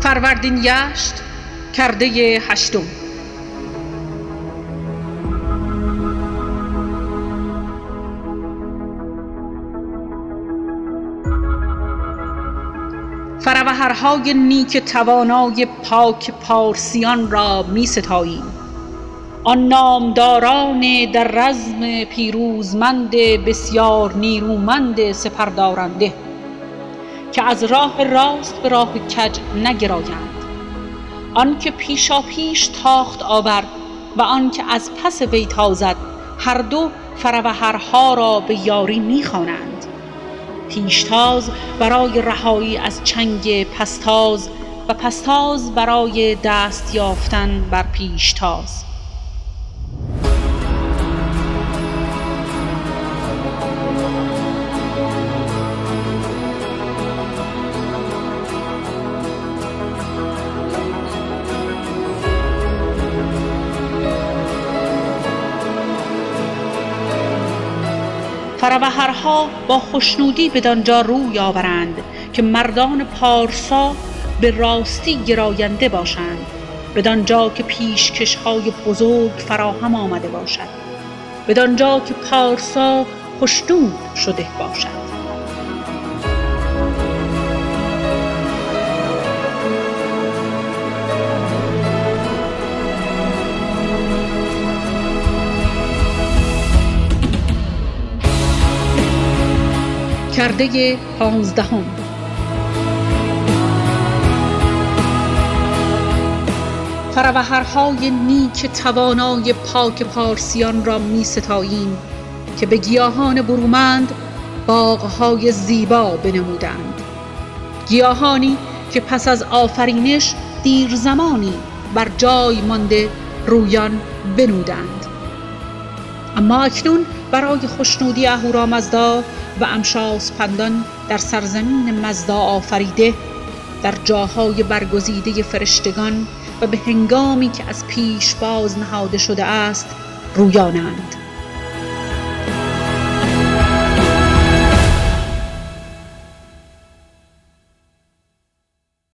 فروردین یشت کرده 8. فروهرهای نیک توانای پاک پارسیان را می ستاییم. آن نامداران در رزم پیروزمند بسیار نیرومند سپردارنده که از راه راست به راه کج نگرایند. آن که پیشا پیش تاخت آورد و آن که از پس وی تازد، هر دو فروهرها را به یاری می خوانند. پیشتاز برای رهایی از چنگ پستاز و پستاز برای دست یافتن بر پیشتاز. فروهرها با خوشنودی بدانجا روی آورند که مردان پارسا به راستی گراینده باشند، بدانجا که پیشکش‌های بزرگ فراهم آمده باشد، بدانجا که پارسا خوشنود شده باشد. کرده 15. فروهرهای نیک توانای پاک پارسیان را می ستاییم که به گیاهان برومند باغهای زیبا بنمودند. گیاهانی که پس از آفرینش دیر زمانی بر جای مانده رویان بنمودند، اما اکنون برای خوشنودی اهورامزدا و امشاسپندان در سرزمین مزدا آفریده، در جاهای برگزیده فرشتگان و به هنگامی که از پیش باز نهاده شده است رویانند.